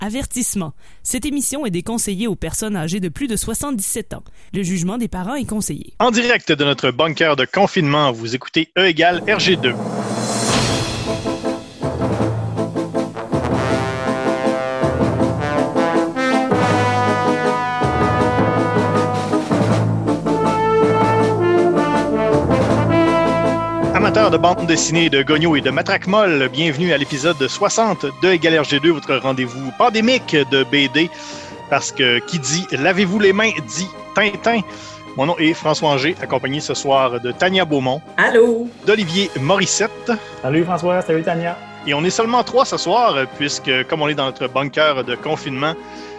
Avertissement. Cette émission est déconseillée aux personnes âgées de plus de 77 ans. Le jugement des parents est conseillé. En direct de notre bunker de confinement, vous écoutez E égale RG2. Amateurs de bande dessinée, de gognos et de matraques molles, bienvenue à l'épisode 60 de Égal RG2, votre rendez-vous pandémique de BD, parce que qui dit « Lavez-vous les mains » dit Tintin. Mon nom est François Anger, accompagné ce soir de Tania Beaumont. Allô! D'Olivier Morissette. Salut François, salut Tania. Et on est seulement 3 ce soir, puisque comme on est dans notre bunker de confinement,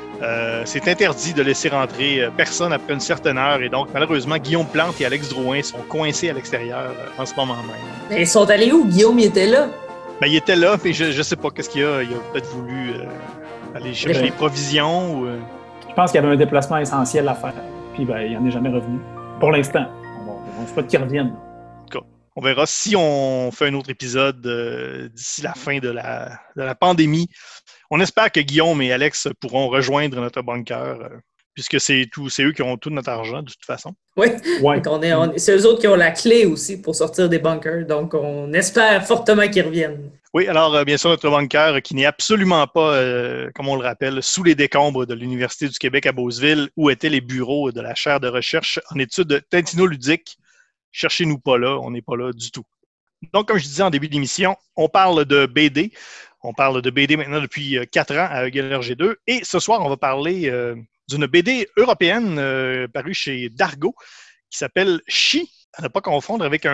c'est interdit de laisser rentrer personne après une certaine heure. Et donc, malheureusement, Guillaume Plante et Alex Drouin sont coincés à l'extérieur en ce moment même. Mais ils sont allés où? Guillaume, il était là? Ben, il était là, mais je sais pas qu'est-ce qu'il a. Il a peut-être voulu aller chercher les provisions. Ou, Je pense qu'il y avait un déplacement essentiel à faire. Puis ben, il n'en est jamais revenu. Pour l'instant. On ne souhaite qu'il revienne. En tout cas, on verra si on fait un autre épisode d'ici la fin de la pandémie. On espère que Guillaume et Alex pourront rejoindre notre bunker, puisque c'est eux qui ont tout notre argent, de toute façon. Oui, ouais. C'est eux autres qui ont la clé aussi pour sortir des bunkers, donc on espère fortement qu'ils reviennent. Oui, alors bien sûr, notre bunker qui n'est absolument pas, comme on le rappelle, sous les décombres de l'Université du Québec à Beauceville, où étaient les bureaux de la chaire de recherche en études tintinoludiques. Cherchez-nous pas là, on n'est pas là du tout. Donc, comme je disais en début d'émission, on parle de BD. On parle de BD maintenant depuis 4 ans à Égal RG2. Et ce soir, on va parler d'une BD européenne parue chez Dargaud qui s'appelle Chi. À ne pas confondre avec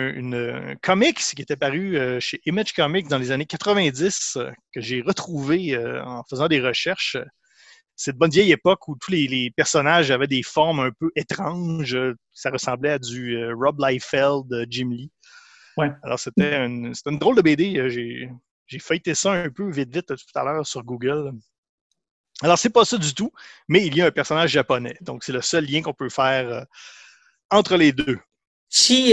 une comics qui était paru chez Image Comics dans les années 90 que j'ai retrouvé en faisant des recherches. C'est de bonne vieille époque où tous les personnages avaient des formes un peu étranges. Ça ressemblait à du Rob Liefeld, Jim Lee. Ouais. Alors, c'était une drôle de BD. J'ai feuilleté ça un peu vite tout à l'heure sur Google. Alors, c'est pas ça du tout, mais il y a un personnage japonais. Donc, c'est le seul lien qu'on peut faire entre les deux. Chi,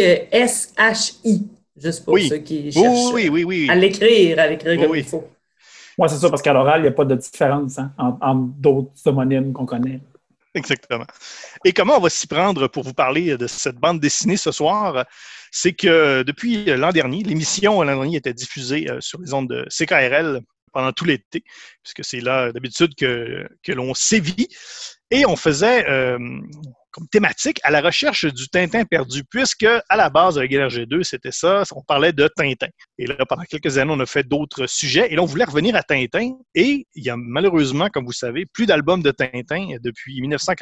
S-H-I, juste pour ceux qui cherchent oui. à l'écrire comme il faut. Oui, c'est ça, parce qu'à l'oral, il n'y a pas de différence entre d'autres homonymes qu'on connaît. Exactement. Et comment on va s'y prendre pour vous parler de cette bande dessinée ce soir? C'est que depuis l'an dernier, l'émission l'an dernier était diffusée sur les ondes de CKRL pendant tout l'été, puisque c'est là d'habitude que l'on sévit. Et on faisait comme thématique à la recherche du Tintin perdu, puisque à la base de Égal RG2, c'était ça, on parlait de Tintin. Et là, pendant quelques années, on a fait d'autres sujets, et là, on voulait revenir à Tintin, et il y a malheureusement, comme vous savez, plus d'albums de Tintin depuis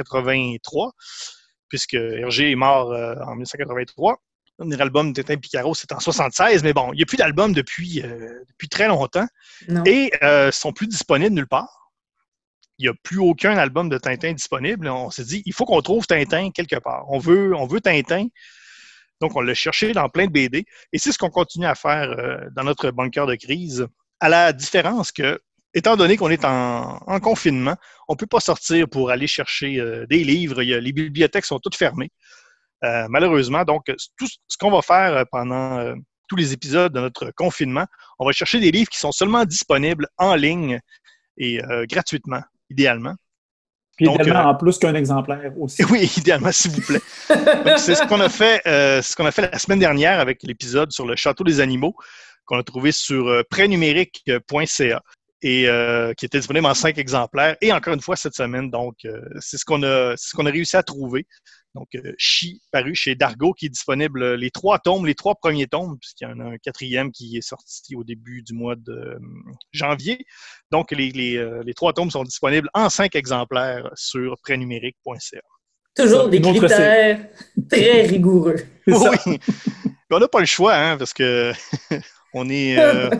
1983, puisque Hergé est mort en 1983. Le dernier album de Tintin Picaro, c'est en 1976, mais bon, il n'y a plus d'albums depuis très longtemps, Non. Et ils ne sont plus disponibles nulle part. Il n'y a plus aucun album de Tintin disponible. On s'est dit, il faut qu'on trouve Tintin quelque part. On veut Tintin. Donc, on l'a cherché dans plein de BD. Et c'est ce qu'on continue à faire dans notre bunker de crise. À la différence que, étant donné qu'on est en confinement, on ne peut pas sortir pour aller chercher des livres. Les bibliothèques sont toutes fermées. Malheureusement, donc, tout ce qu'on va faire pendant tous les épisodes de notre confinement, on va chercher des livres qui sont seulement disponibles en ligne et gratuitement. Idéalement. Puis donc, idéalement, en plus qu'un exemplaire aussi. Oui, idéalement, s'il vous plaît. Donc, c'est ce qu'on a fait la semaine dernière avec l'épisode sur le Château des animaux qu'on a trouvé sur prêtnumérique.ca et qui était disponible en 5 exemplaires. Et encore une fois, cette semaine, donc, c'est ce qu'on a réussi à trouver. Donc, Chi, paru chez Dargaud, qui est disponible les 3 premiers tomes, puisqu'il y en a un 4e qui est sorti au début du mois de janvier. Donc, les 3 tomes sont disponibles en 5 exemplaires sur prêtnumérique.ca. Toujours des critères très rigoureux. Oui, on n'a pas le choix, hein, parce que on est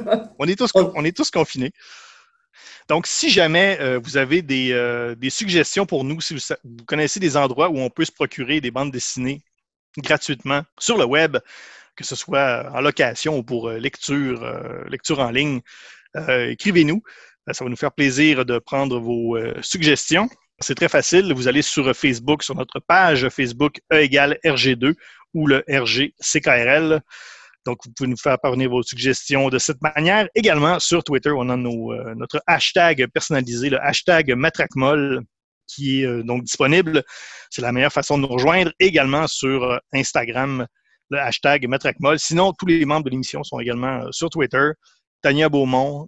tous confinés. Donc, si jamais vous avez des suggestions pour nous, si vous connaissez des endroits où on peut se procurer des bandes dessinées gratuitement sur le web, que ce soit en location ou pour lecture en ligne, écrivez-nous. Ça va nous faire plaisir de prendre vos suggestions. C'est très facile. Vous allez sur Facebook, sur notre page Facebook E égale RG2 ou le RG CKRL. Donc, vous pouvez nous faire parvenir vos suggestions de cette manière. Également, sur Twitter, on a notre hashtag personnalisé, le hashtag MatraqueMolle, qui est donc disponible. C'est la meilleure façon de nous rejoindre. Également sur Instagram, le hashtag MatraqueMolle. Sinon, tous les membres de l'émission sont également sur Twitter. Tania Beaumont,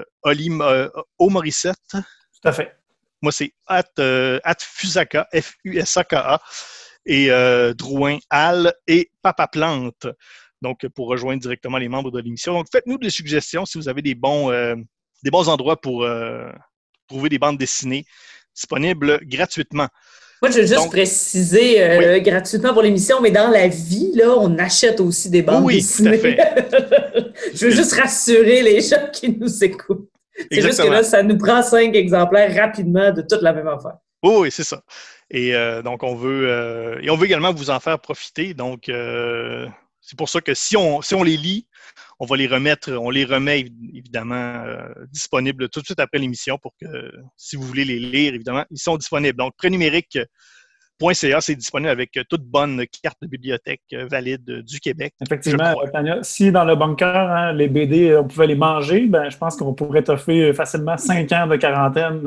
O. Morissette. Tout à fait. Moi, c'est @Fusaka, Fusaka, et Drouin Al et Papa Plante. Donc, pour rejoindre directement les membres de l'émission. Donc, faites-nous des suggestions si vous avez des bons endroits pour trouver des bandes dessinées disponibles gratuitement. Moi, je veux juste préciser gratuitement pour l'émission, mais dans la vie, là, on achète aussi des bandes dessinées. Tout à fait. Je veux juste rassurer les gens qui nous écoutent. C'est Exactement. juste que là, ça nous prend 5 exemplaires rapidement de toute la même affaire. Oui, c'est ça. Et donc, on veut également vous en faire profiter. Donc, c'est pour ça que si on les lit, on va les remettre, on les remet évidemment disponibles tout de suite après l'émission pour que, si vous voulez les lire, évidemment, ils sont disponibles. Donc, prénumérique.ca, c'est disponible avec toute bonne carte de bibliothèque valide du Québec. Effectivement, Tania, si dans le bunker, les BD, on pouvait les manger, je pense qu'on pourrait t'offrir facilement 5 ans de quarantaine.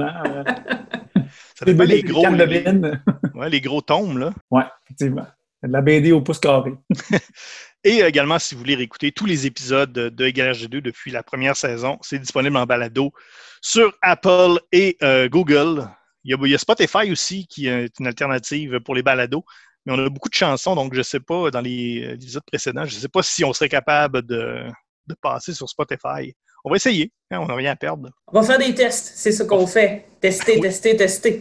Ça dépend les gros, les gros tomes, là. Oui, effectivement. De la BD au pouce carré. Et également, si vous voulez réécouter tous les épisodes de EGG2 depuis la première saison, c'est disponible en balado sur Apple et Google. Il y a Spotify aussi qui est une alternative pour les balados, mais on a beaucoup de chansons, donc je ne sais pas, dans les épisodes précédents, je ne sais pas si on serait capable de passer sur Spotify. On va essayer, hein, on n'a rien à perdre. On va faire des tests, c'est ce qu'on fait. Tester.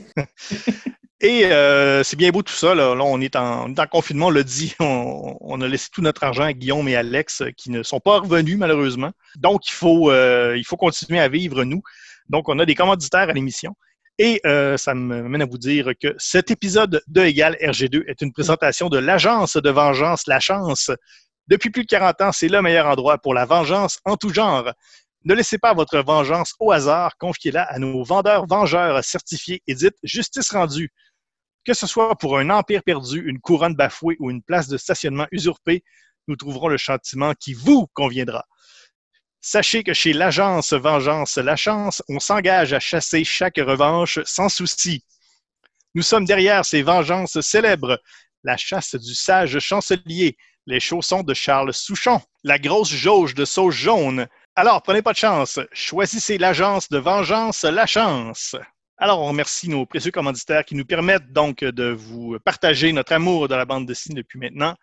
Et c'est bien beau tout ça. Là on est en confinement, on l'a dit. On a laissé tout notre argent à Guillaume et Alex qui ne sont pas revenus malheureusement. Donc, il faut continuer à vivre, nous. Donc, on a des commanditaires à l'émission. Et ça me mène à vous dire que cet épisode de Égal RG2 est une présentation de l'agence de vengeance La Chance. Depuis plus de 40 ans, c'est le meilleur endroit pour la vengeance en tout genre. Ne laissez pas votre vengeance au hasard. Confiez-la à nos vendeurs certifiés et dites « Justice rendue ». Que ce soit pour un empire perdu, une couronne bafouée ou une place de stationnement usurpée, nous trouverons le châtiment qui vous conviendra. Sachez que chez l'agence Vengeance La Chance, on s'engage à chasser chaque revanche sans souci. Nous sommes derrière ces vengeances célèbres. La chasse du sage chancelier, les chaussons de Charles Souchon, la grosse jauge de sauce jaune. Alors, prenez pas de chance. Choisissez l'agence de Vengeance La Chance. Alors, on remercie nos précieux commanditaires qui nous permettent donc de vous partager notre amour de la bande dessinée depuis maintenant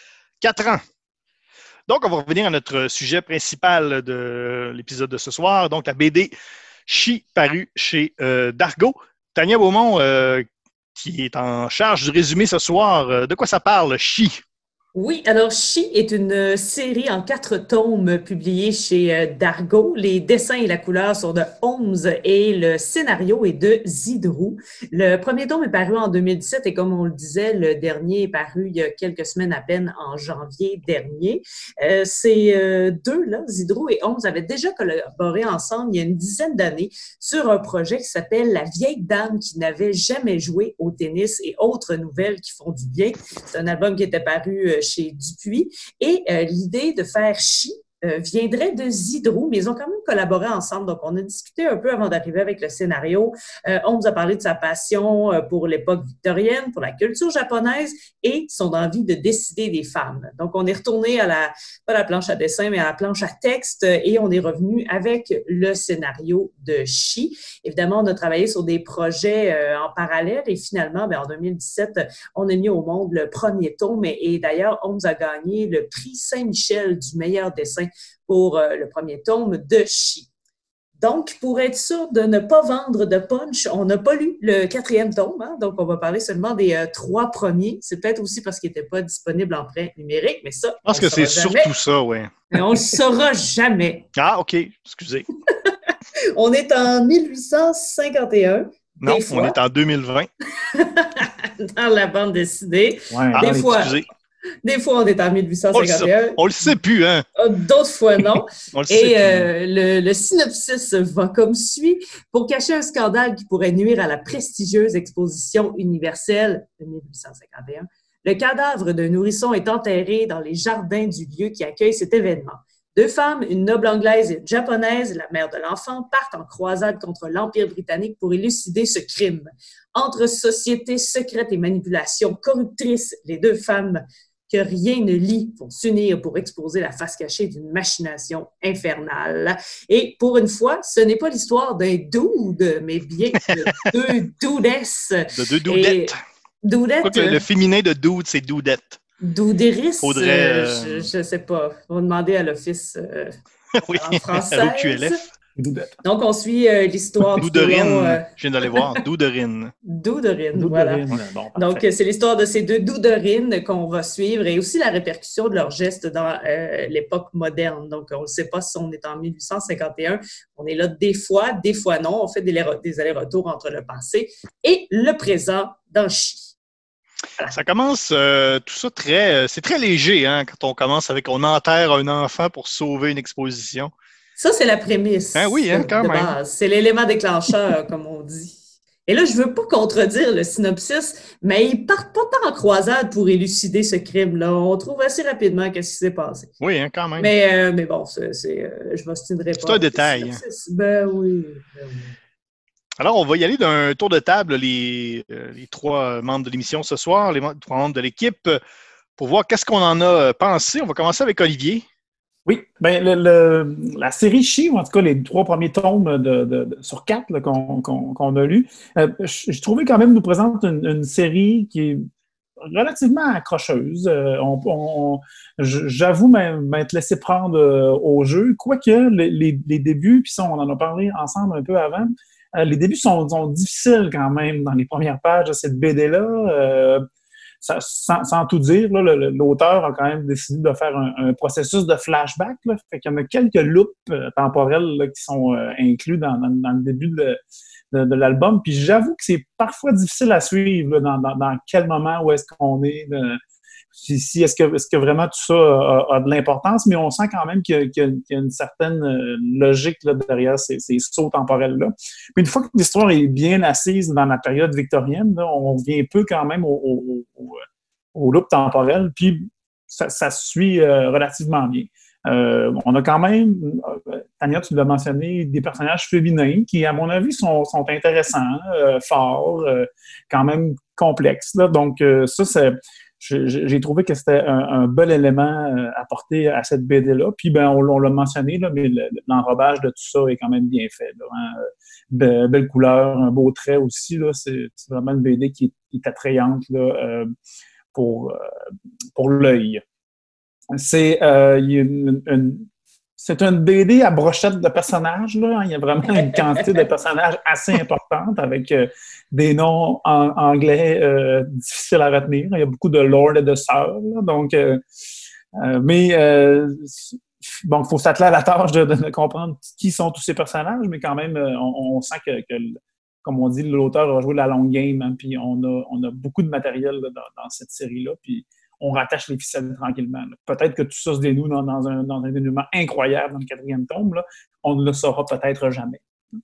4 ans. Donc, on va revenir à notre sujet principal de l'épisode de ce soir, donc la BD Chi, parue chez Dargaud. Tania Beaumont, qui est en charge du résumé ce soir, de quoi ça parle, Chi? Oui, alors Chi est une série en 4 tomes publiée chez Dargaud. Les dessins et la couleur sont de Holmes et le scénario est de Zidrou. Le premier tome est paru en 2017 et comme on le disait, le dernier est paru il y a quelques semaines à peine en janvier dernier. Ces deux-là, Zidrou et Holmes, avaient déjà collaboré ensemble il y a une dizaine d'années sur un projet qui s'appelle La vieille dame qui n'avait jamais joué au tennis et autres nouvelles qui font du bien. C'est un album qui était paru chez Dupuis. Et l'idée de faire Chi viendrait de Zidrou, mais ils ont quand même collaboré ensemble. Donc, on a discuté un peu avant d'arriver avec le scénario. On nous a parlé de sa passion pour l'époque victorienne, pour la culture japonaise et son envie de décider des femmes. Donc, on est retourné pas la planche à dessin, mais à la planche à texte et on est revenu avec le scénario de Chi. Évidemment, on a travaillé sur des projets en parallèle et finalement, en 2017, on a mis au monde le premier tome et d'ailleurs, on nous a gagné le prix Saint-Michel du meilleur dessin pour le premier tome de Chi. Donc, pour être sûr de ne pas vendre de punch, on n'a pas lu le 4e tome, hein? Donc on va parler seulement des 3 premiers. C'est peut-être aussi parce qu'il n'était pas disponible en prêt numérique, mais ça, je pense que c'est surtout ça, oui. Mais on ne le saura jamais. Ah, OK, excusez. On est en 1851. Non, on est en 2020. Dans la bande dessinée. Ouais, Des fois, on est en 1851. On le sait plus, hein? D'autres fois, non. On le sait plus. Le synopsis va comme suit. Pour cacher un scandale qui pourrait nuire à la prestigieuse exposition universelle de 1851, Le cadavre d'un nourrisson est enterré dans les jardins du lieu qui accueille cet événement. 2 femmes, une noble anglaise et une japonaise, la mère de l'enfant, partent en croisade contre l'Empire britannique pour élucider ce crime. Entre société secrète et manipulation corruptrice, les 2 femmes que rien ne lie vont s'unir pour exposer la face cachée d'une machination infernale. Et pour une fois, ce n'est pas l'histoire d'un dude, mais bien de 2 dudesses. De 2 doudettes. Doudettes. Le féminin de dude, c'est doudette. Doudéris, Faudrait, je ne sais pas. On va demander à l'office oui, en français. à l'OQLF. Donc, on suit l'histoire du Douderine, je viens d'aller voir. Douderine. Douderine, voilà. Bon, donc, c'est l'histoire de ces 2 douderines qu'on va suivre et aussi la répercussion de leurs gestes dans l'époque moderne. Donc, on ne sait pas si on est en 1851. On est là des fois non. On fait des allers-retours entre le passé et le présent dans Chi. Voilà. Ça commence, tout ça, c'est très léger hein, quand on commence avec on enterre un enfant pour sauver une exposition. Ça, c'est la prémisse oui, hein, quand de même. base. C'est l'élément déclencheur, comme on dit. Et là, je ne veux pas contredire le synopsis, mais ils partent pas tant en croisade pour élucider ce crime-là. On trouve assez rapidement qu'est-ce qui s'est passé. Oui, hein, quand même. Mais bon, je m'obstinerai pas. C'est un détail. Ben oui. Alors, on va y aller d'un tour de table, les 3 membres de l'émission ce soir, les 3 membres de l'équipe, pour voir qu'est-ce qu'on en a pensé. On va commencer avec Olivier. Oui, bien, la série Chi, ou en tout cas les 3 premiers tomes sur 4 là, qu'on a lus, je trouvais quand même nous présente une série qui est relativement accrocheuse. J'avoue m'être laissé prendre au jeu, quoique les débuts, puis ça, on en a parlé ensemble un peu avant, les débuts sont difficiles quand même dans les premières pages de cette BD-là. Sans tout dire, là, l'auteur a quand même décidé de faire un processus de flashback. Là, fait qu'il y en a quelques loops temporels là, qui sont inclus dans le début de l'album. Puis j'avoue que c'est parfois difficile à suivre là, dans quel moment, où est-ce qu'on est. Est-ce que vraiment tout ça a de l'importance, mais on sent quand même qu'il y a une certaine logique là, derrière ces sauts temporels-là. Puis une fois que l'histoire est bien assise dans la période victorienne, là, on revient peu quand même au loop temporel, puis ça se suit relativement bien. On a quand même, Tania, tu l'as mentionné, des personnages féminins qui, à mon avis, sont intéressants, forts, quand même complexes. Là. Donc, ça, j'ai trouvé que c'était un bel élément apporté à cette BD-là. Puis, ben, on l'a mentionné, là, mais l'enrobage de tout ça est quand même bien fait. Là, hein. Belle couleur, un beau trait aussi. Là, c'est vraiment une BD qui est attrayante là, pour l'œil. C'est une BD à brochette de personnages. Là. Il y a vraiment une quantité de personnages assez importante avec des noms anglais difficiles à retenir. Il y a beaucoup de lord et de sœurs. Donc, bon, il faut s'atteler à la tâche de comprendre qui sont tous ces personnages, mais quand même, on sent que comme on dit, l'auteur a joué la long game, hein, puis on a beaucoup de matériel là, dans cette série-là, puis on rattache les ficelles tranquillement. Là. Peut-être que tout ça se dénoue dans un dénouement incroyable dans le 4e tome. Là. On ne le saura peut-être jamais.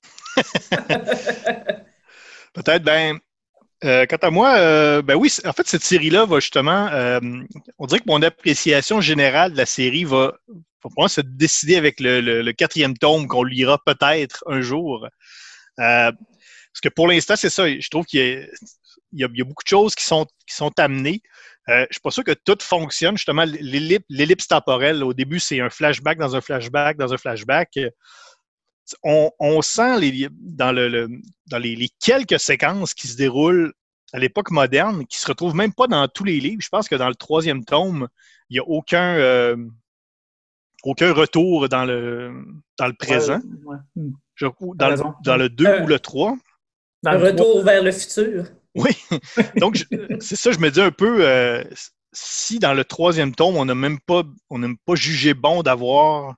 Peut-être, quant à moi, oui, en fait, cette série-là va justement, on dirait que mon appréciation générale de la série va pour moi se décider avec le 4e tome qu'on lira peut-être un jour. Parce que pour l'instant, c'est ça. Je trouve qu'il y a beaucoup de choses qui sont amenées. Je ne suis pas sûr que tout fonctionne. Justement, l'ellipse temporelle, au début, c'est un flashback dans un flashback dans un flashback. On sent dans les quelques séquences qui se déroulent à l'époque moderne, qui ne se retrouvent même pas dans tous les livres. Je pense que dans le 3e tome, il n'y a aucun retour dans le présent. Ouais. Dans le 2 ou le 3. Un retour vers le futur. Oui, donc c'est ça, je me dis un peu, si dans le 3e tome, on n'a même pas jugé bon d'avoir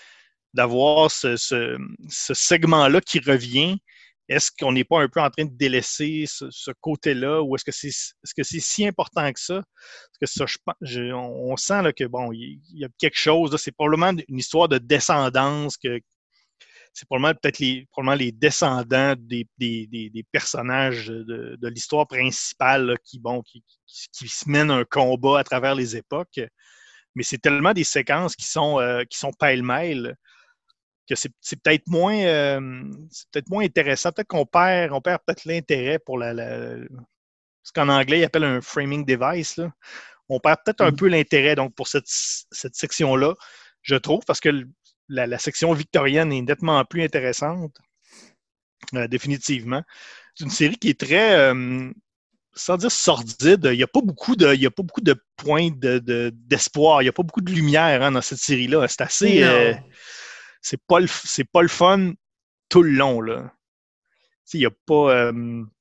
ce segment-là qui revient, est-ce qu'on n'est pas un peu en train de délaisser ce côté-là, ou est-ce que c'est si important que ça? Parce que ça, on sent là, que bon, il y a quelque chose, là, c'est probablement une histoire de descendance c'est probablement les descendants des personnages de l'histoire principale là, qui se mènent un combat à travers les époques. Mais c'est tellement des séquences qui sont pêle-mêle que c'est peut-être moins intéressant. Peut-être qu'on perd peut-être l'intérêt pour ce qu'en anglais ils appellent un framing device. Là. On perd peut-être un peu l'intérêt donc pour cette section-là, je trouve, parce que la section victorienne est nettement plus intéressante, définitivement. C'est une série qui est très, sans dire sordide, il n'y a pas beaucoup de points d'espoir, il n'y a pas beaucoup de lumière dans cette série-là. C'est assez... c'est pas le fun tout le long, là. Il n'y a pas...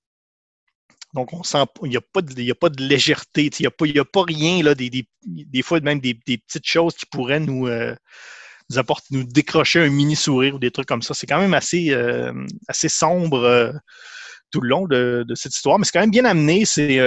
donc, on sent il n'y a pas de légèreté, il n'y a pas rien, là, des fois même des petites choses qui pourraient nous décrocher un mini sourire ou des trucs comme ça. C'est quand même assez sombre tout le long de cette histoire, mais c'est quand même bien amené. C'est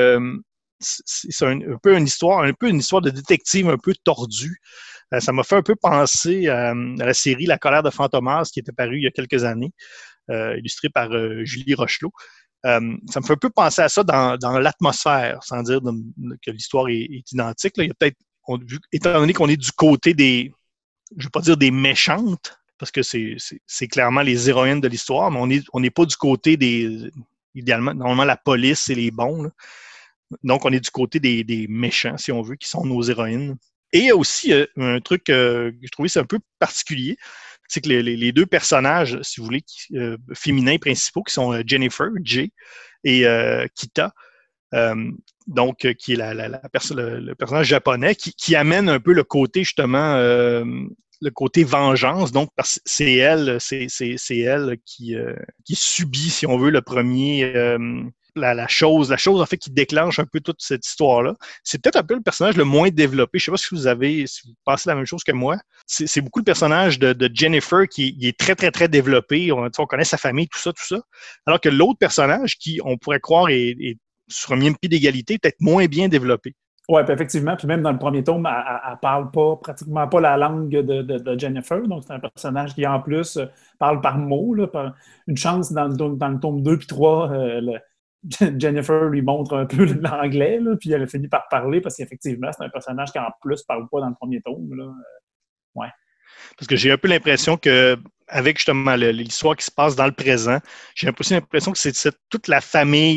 un peu une histoire de détective un peu tordue. Ça m'a fait un peu penser à la série La colère de Fantomas qui était parue il y a quelques années, illustrée par Julie Rochelot. Ça me fait un peu penser à ça dans l'atmosphère, sans dire que l'histoire est identique. Là. Il y a peut-être, étant donné qu'on est du côté je ne veux pas dire des méchantes, parce que c'est clairement les héroïnes de l'histoire, mais on n'est pas du côté idéalement, normalement la police, c'est les bons. Là. Donc, on est du côté des méchants, si on veut, qui sont nos héroïnes. Et il y a aussi un truc que je trouvais c'est un peu particulier, c'est que les deux personnages, si vous voulez, féminins principaux, qui sont Jennifer, Jay, et Kita, donc qui est le personnage japonais, qui amène un peu le côté, justement, le côté vengeance. Donc, parce que c'est elle qui subit, si on veut, le premier... la chose en fait qui déclenche un peu toute cette histoire-là. C'est peut-être un peu le personnage le moins développé. Je ne sais pas si vous pensez la même chose que moi. C'est beaucoup le personnage de Jennifer qui est très, très, très développé. On connaît sa famille, tout ça. Alors que l'autre personnage qui, on pourrait croire, est sur un même pied d'égalité, peut-être moins bien développé. Oui, effectivement. Puis même dans le premier tome, elle parle pratiquement pas la langue de Jennifer. Donc, c'est un personnage qui, en plus, parle par mots. Là, une chance dans le tome 2 puis 3, Jennifer lui montre un peu l'anglais, là, puis elle a fini par parler parce qu'effectivement, c'est un personnage qui, en plus, ne parle pas dans le premier tome. Là. Ouais. Parce que j'ai un peu l'impression que, avec justement l'histoire qui se passe dans le présent, j'ai un peu l'impression que c'est toute la famille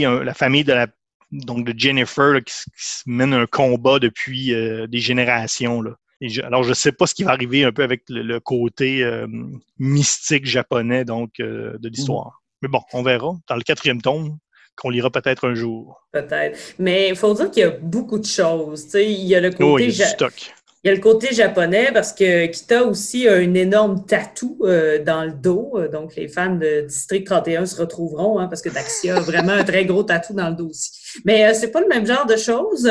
de Jennifer là, qui se mène un combat depuis des générations. Là. Alors, je ne sais pas ce qui va arriver un peu avec le côté mystique japonais donc, de l'histoire. Mais bon, on verra dans le 4e tome. Qu'on lira peut-être un jour. Peut-être. Mais il faut dire qu'il y a beaucoup de choses. T'sais, il y a le côté il y a du stock. Il y a le côté japonais parce que Kita aussi a une énorme tatou dans le dos. Donc, les fans de District 31 se retrouveront parce que Daxia a vraiment un très gros tatou dans le dos aussi. Mais c'est pas le même genre de choses.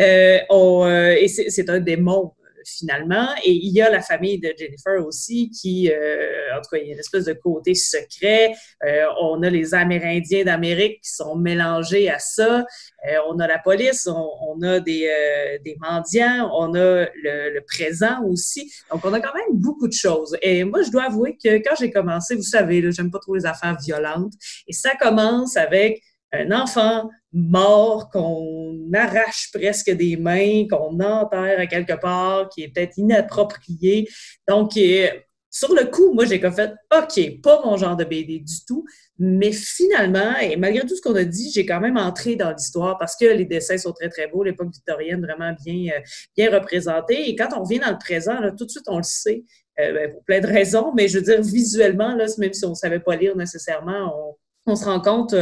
Et c'est un démon finalement. Et il y a la famille de Jennifer aussi qui, en tout cas, il y a une espèce de côté secret. On a les Amérindiens d'Amérique qui sont mélangés à ça. On a la police, on a des mendiants, on a le présent aussi. Donc, on a quand même beaucoup de choses. Et moi, je dois avouer que quand j'ai commencé, vous savez, là, j'aime pas trop les affaires violentes. Et ça commence avec un enfant mort qu'on arrache presque des mains, qu'on enterre à quelque part, qui est peut-être inapproprié. Donc, sur le coup, moi, j'ai comme fait « OK, pas mon genre de BD du tout », mais finalement, et malgré tout ce qu'on a dit, j'ai quand même entré dans l'histoire parce que les dessins sont très, très beaux, l'époque victorienne vraiment bien représentée. Et quand on revient dans le présent, là, tout de suite, on le sait, pour plein de raisons, mais je veux dire, visuellement, là, même si on ne savait pas lire nécessairement, on se rend compte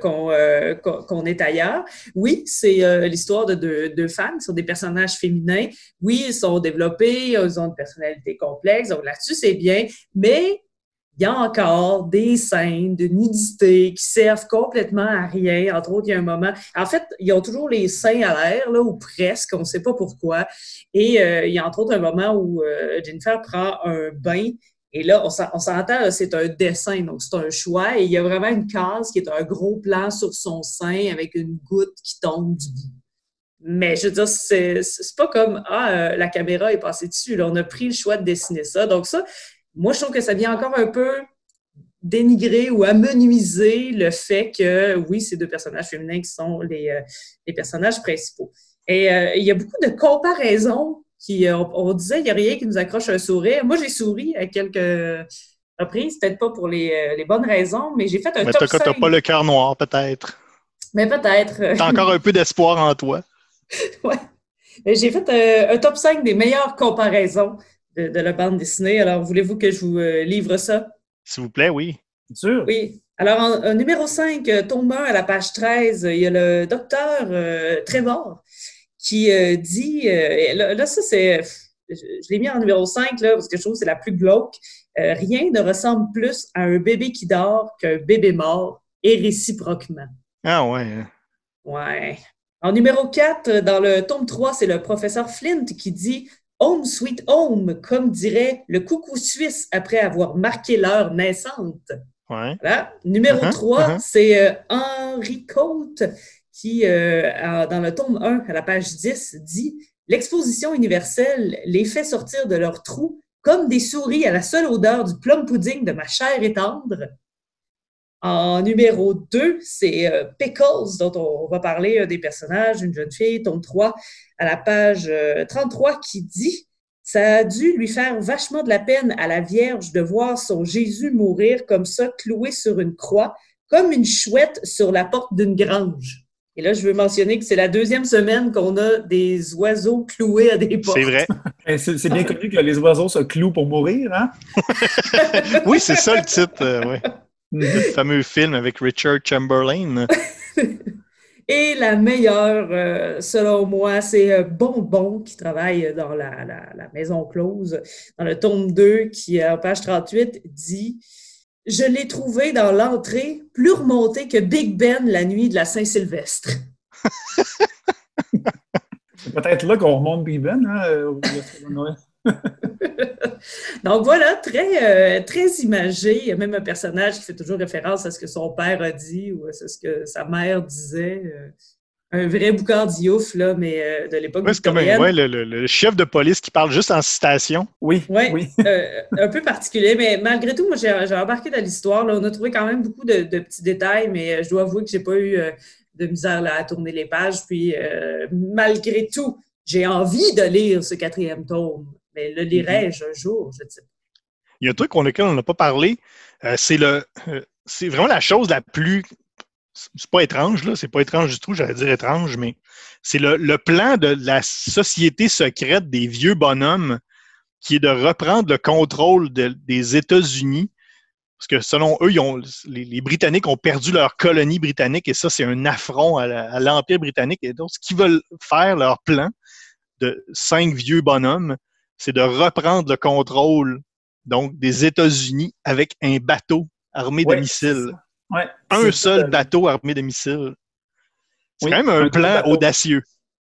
qu'on est ailleurs. Oui, c'est l'histoire de deux femmes qui sont des personnages féminins. Oui, ils sont développés, ils ont une personnalité complexe, donc là-dessus, c'est bien, mais il y a encore des scènes de nudité qui servent complètement à rien. Entre autres, il y a un moment... En fait, ils ont toujours les seins à l'air, là, ou presque, on ne sait pas pourquoi. Et il y a entre autres un moment où Jennifer prend un bain. Et là, on s'entend, c'est un dessin, donc c'est un choix. Et il y a vraiment une case qui est un gros plan sur son sein avec une goutte qui tombe du bout. Mais je veux dire, c'est pas comme « la caméra est passée dessus. » Là, on a pris le choix de dessiner ça. Donc ça, moi, je trouve que ça vient encore un peu dénigrer ou amenuiser le fait que, oui, c'est deux personnages féminins qui sont les personnages principaux. Et il y a beaucoup de comparaisons qui, on disait, il n'y a rien qui nous accroche un sourire. Moi, j'ai souri à quelques reprises, peut-être pas pour les bonnes raisons, mais j'ai fait un top 5. T'as pas le cœur noir, peut-être. Mais peut-être. T'as encore un peu d'espoir en toi. Ouais. J'ai fait un top 5 des meilleures comparaisons de la bande dessinée. Alors, voulez-vous que je vous livre ça? S'il vous plaît, oui. Bien sûr. Oui. Alors, en numéro 5, tome 1 à la page 13, il y a le docteur Trevor qui dit... là, ça, c'est... Je l'ai mis en numéro 5 là, parce que je trouve que c'est la plus glauque. Rien ne ressemble plus à un bébé qui dort qu'un bébé mort, et réciproquement. Ah ouais. Ouais. En numéro 4, dans le tome 3, c'est le professeur Flint qui dit « Home sweet home », comme dirait le coucou suisse après avoir marqué l'heure naissante. Ouais. Voilà. Numéro 3, c'est Henry Coate qui, dans le tome 1, à la page 10, dit « L'exposition universelle les fait sortir de leur trou comme des souris à la seule odeur du plum pudding de ma chair et tendre. » En numéro 2, c'est Pickles, dont on va parler des personnages, une jeune fille, tome 3, à la page 33, qui dit « Ça a dû lui faire vachement de la peine à la Vierge de voir son Jésus mourir comme ça, cloué sur une croix, comme une chouette sur la porte d'une grange. » Et là, je veux mentionner que c'est la 2e semaine qu'on a des oiseaux cloués à des portes. C'est vrai. C'est bien connu que les oiseaux se clouent pour mourir, hein? Oui, c'est ça le titre, ouais. Le fameux film avec Richard Chamberlain. Et la meilleure, selon moi, c'est Bonbon qui travaille dans la Maison Close, dans le tome 2, qui, en page 38, dit « Je l'ai trouvé dans l'entrée plus remonté que Big Ben la nuit de la Saint-Sylvestre. » C'est peut-être là qu'on remonte Big Ben, hein? Donc voilà, très imagé. Il y a même un personnage qui fait toujours référence à ce que son père a dit ou à ce que sa mère disait. Un vrai boucard d'iouf, là, mais de l'époque victorienne. C'est comme le chef de police qui parle juste en citation. Oui. Un peu particulier, mais malgré tout, moi, j'ai embarqué dans l'histoire. Là. On a trouvé quand même beaucoup de petits détails, mais je dois avouer que j'ai pas eu de misère là, à tourner les pages. Puis, malgré tout, j'ai envie de lire ce 4e tome. Mais le lirai-je un jour? Je ne sais pas. Il y a un truc auquel on n'a pas parlé. C'est vraiment la chose la plus... C'est pas étrange, là. C'est pas étrange du tout, j'allais dire étrange, mais c'est le plan de la société secrète des vieux bonhommes qui est de reprendre le contrôle des États-Unis. Parce que selon eux, les Britanniques ont perdu leur colonie britannique et ça, c'est un affront à l'Empire britannique. Et donc, ce qu'ils veulent faire, leur plan de 5 vieux bonhommes, c'est de reprendre le contrôle donc, des États-Unis avec un bateau armé de missiles. Ouais, un seul bateau armé de missiles. C'est quand même un plan audacieux.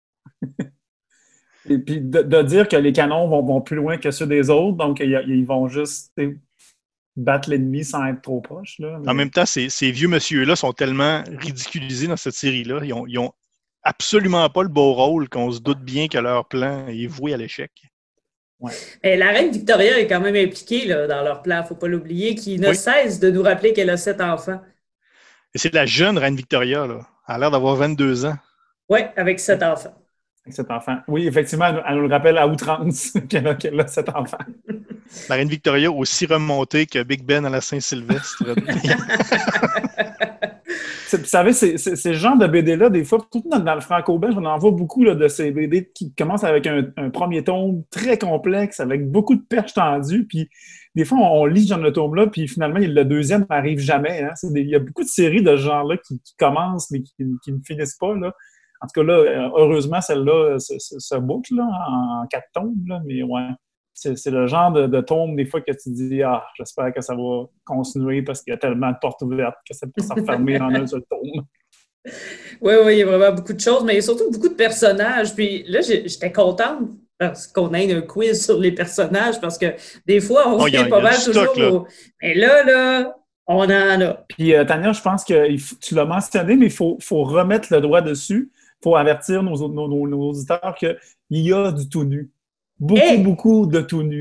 Et puis de dire que les canons vont plus loin que ceux des autres, donc ils vont juste battre l'ennemi sans être trop proches. Là, mais... En même temps, ces vieux messieurs-là sont tellement ridiculisés dans cette série-là. Ils ont absolument pas le beau rôle qu'on se doute bien que leur plan est voué à l'échec. Ouais. Et la reine Victoria est quand même impliquée là, dans leur plan, il ne faut pas l'oublier, qui ne cesse de nous rappeler qu'elle a 7 enfants. Et c'est la jeune reine Victoria, là. Elle a l'air d'avoir 22 ans. Oui, avec 7 enfants. Avec 7 enfants. Oui, effectivement, elle nous le rappelle à outrance qu'elle a 7 enfants. La reine Victoria aussi remontée que Big Ben à la Saint-Sylvestre. Vous savez, ces genres de BD-là, des fois, surtout dans le franco-belge, on en voit beaucoup là, de ces BD qui commencent avec un premier tome très complexe, avec beaucoup de perches tendues, puis des fois, on lit ce genre de tome-là, puis finalement, le deuxième n'arrive jamais. Hein. Il y a beaucoup de séries de ce genre-là qui commencent, mais qui ne finissent pas. Là. En tout cas, là, heureusement, celle-là se boucle là, en 4 tomes, là, mais ouais. C'est le genre de tome, des fois, que tu dis « Ah, j'espère que ça va continuer parce qu'il y a tellement de portes ouvertes que ça peut se refermer en un seul tome. » Oui, il y a vraiment beaucoup de choses, mais il y a surtout beaucoup de personnages. Puis là, j'étais contente parce qu'on ait un quiz sur les personnages parce que des fois, on fait pas mal toujours. Mais là, on en a. Puis, Tania, je pense que tu l'as mentionné, mais il faut remettre le doigt dessus. Il faut avertir nos auditeurs qu'il y a du tout nu. Beaucoup de tout nu.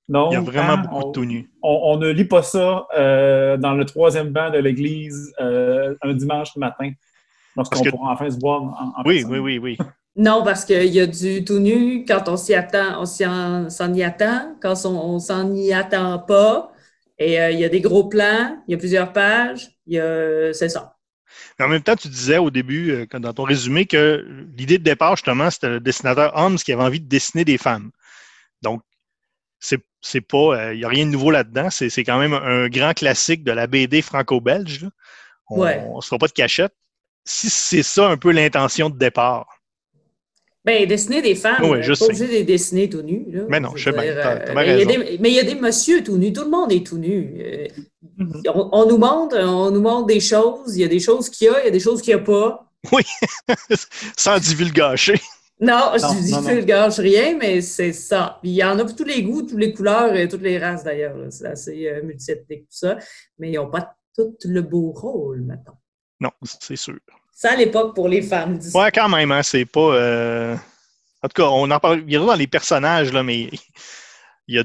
Donc, Il y a vraiment beaucoup de tout nus. On ne lit pas ça dans le troisième banc de l'église un dimanche matin, lorsqu'on pourra enfin se voir en personne. Oui. Non, parce qu'il y a du tout nu quand on s'y attend, s'en y attend, quand on s'en y attend pas. Et il y a des gros plans, il y a plusieurs pages, c'est ça. Mais en même temps, tu disais au début, dans ton résumé, que l'idée de départ, justement, c'était le dessinateur Holmes qui avait envie de dessiner des femmes. Donc, c'est pas, il n'y a rien de nouveau là-dedans. C'est quand même un grand classique de la BD franco-belge. Là. On ne se fera pas de cachette. Si c'est ça un peu l'intention de départ. Ben, dessiner des femmes, oui, je sais. pas obligé de les dessiner tout nus. Là, mais non, je sais bien, t'as raison. Mais il y a des messieurs tout nus, tout le monde est tout nu. On nous montre des choses, il y a des choses qu'il y a des choses qu'il n'y a pas. Oui, sans divulgacher. Non, je divulgage rien, mais c'est ça. Il y en a pour tous les goûts, toutes les couleurs et toutes les races d'ailleurs. Là. C'est assez multiethnique tout ça, mais ils n'ont pas tout le beau rôle, maintenant. Non, c'est sûr. Ça à l'époque pour les femmes. Ouais, quand même, hein, c'est pas... En tout cas, on en parle dans les personnages, là, mais il y a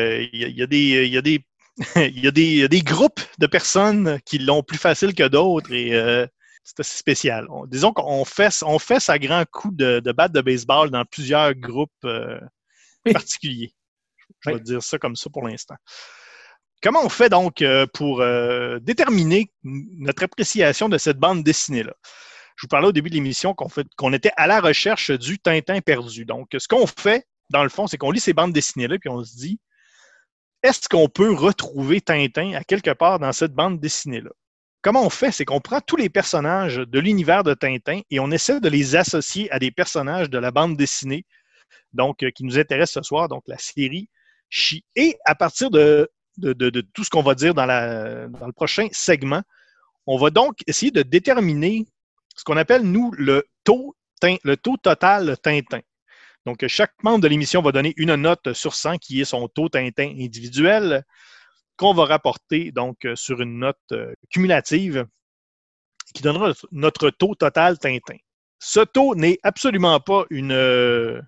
des groupes de personnes qui l'ont plus facile que d'autres et c'est assez spécial. Disons qu'on fait ça à grands coups de batte de baseball dans plusieurs groupes particuliers. Je vais dire ça comme ça pour l'instant. Comment on fait donc pour déterminer notre appréciation de cette bande dessinée-là? Je vous parlais au début de l'émission qu'on était à la recherche du Tintin perdu. Donc, ce qu'on fait, dans le fond, c'est qu'on lit ces bandes dessinées-là puis on se dit, est-ce qu'on peut retrouver Tintin à quelque part dans cette bande dessinée-là? Comment on fait? C'est qu'on prend tous les personnages de l'univers de Tintin et on essaie de les associer à des personnages de la bande dessinée donc qui nous intéresse ce soir, donc la série Chi. Et à partir de tout ce qu'on va dire dans le prochain segment, on va donc essayer de déterminer ce qu'on appelle, nous, le taux total Tintin. Donc, chaque membre de l'émission va donner une note sur 100 qui est son taux Tintin individuel qu'on va rapporter donc sur une note cumulative qui donnera notre taux total Tintin. Ce taux n'est absolument pas une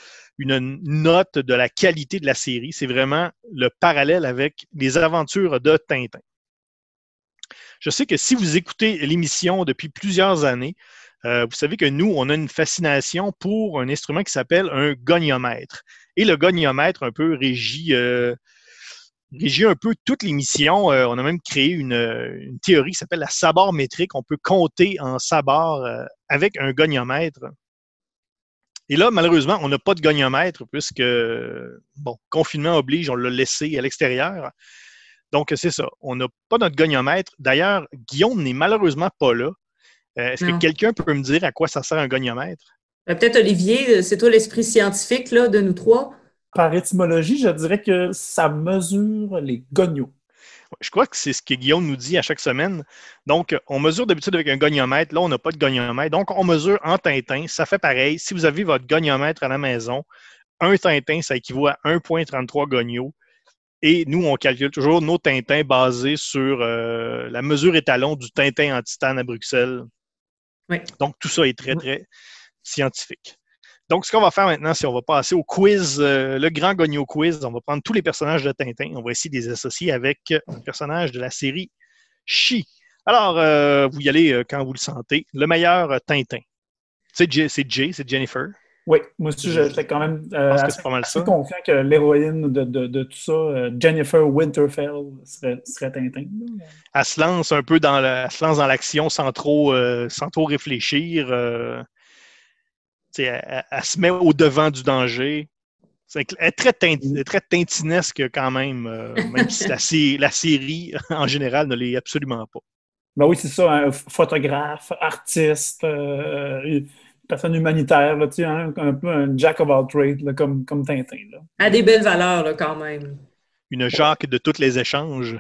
note de la qualité de la série. C'est vraiment le parallèle avec les aventures de Tintin. Je sais que si vous écoutez l'émission depuis plusieurs années, vous savez que nous, on a une fascination pour un instrument qui s'appelle un goniomètre. Et le goniomètre un peu régit un peu toute l'émission. On a même créé une théorie qui s'appelle la sabord métrique. On peut compter en sabord avec un goniomètre. Et là, malheureusement, on n'a pas de goniomètre puisque, confinement oblige, on l'a laissé à l'extérieur. Donc, c'est ça. On n'a pas notre goniomètre. D'ailleurs, Guillaume n'est malheureusement pas là. Est-ce que quelqu'un peut me dire à quoi ça sert un goniomètre? Peut-être, Olivier, c'est toi l'esprit scientifique là, de nous trois? Par étymologie, je dirais que ça mesure les gonios. Je crois que c'est ce que Guillaume nous dit à chaque semaine. Donc, on mesure d'habitude avec un goniomètre. Là, on n'a pas de goniomètre. Donc, on mesure en Tintin. Ça fait pareil. Si vous avez votre goniomètre à la maison, un Tintin, ça équivaut à 1,33 gonios. Et nous, on calcule toujours nos Tintins basés sur la mesure étalon du Tintin en titane à Bruxelles. Oui. Donc, tout ça est très, très scientifique. Donc, ce qu'on va faire maintenant, c'est qu'on va passer au quiz, le grand Gonio quiz. On va prendre tous les personnages de Tintin. On va essayer de les associer avec un personnage de la série Chi. Alors, vous y allez quand vous le sentez. Le meilleur Tintin. C'est Jennifer. Oui, moi aussi, j'étais quand même assez confiant que l'héroïne de tout ça, Jennifer Winterfell, serait Tintin. Elle se lance un peu dans l'action sans trop réfléchir. Elle se met au devant du danger. Elle est très tintinesque quand même, même si la série en général ne l'est absolument pas. Ben oui, c'est ça, un photographe, artiste, personne humanitaire, là, un peu un jack of all trades là, comme Tintin. Là. À des belles valeurs là, quand même. Une Jacques de tous les échanges.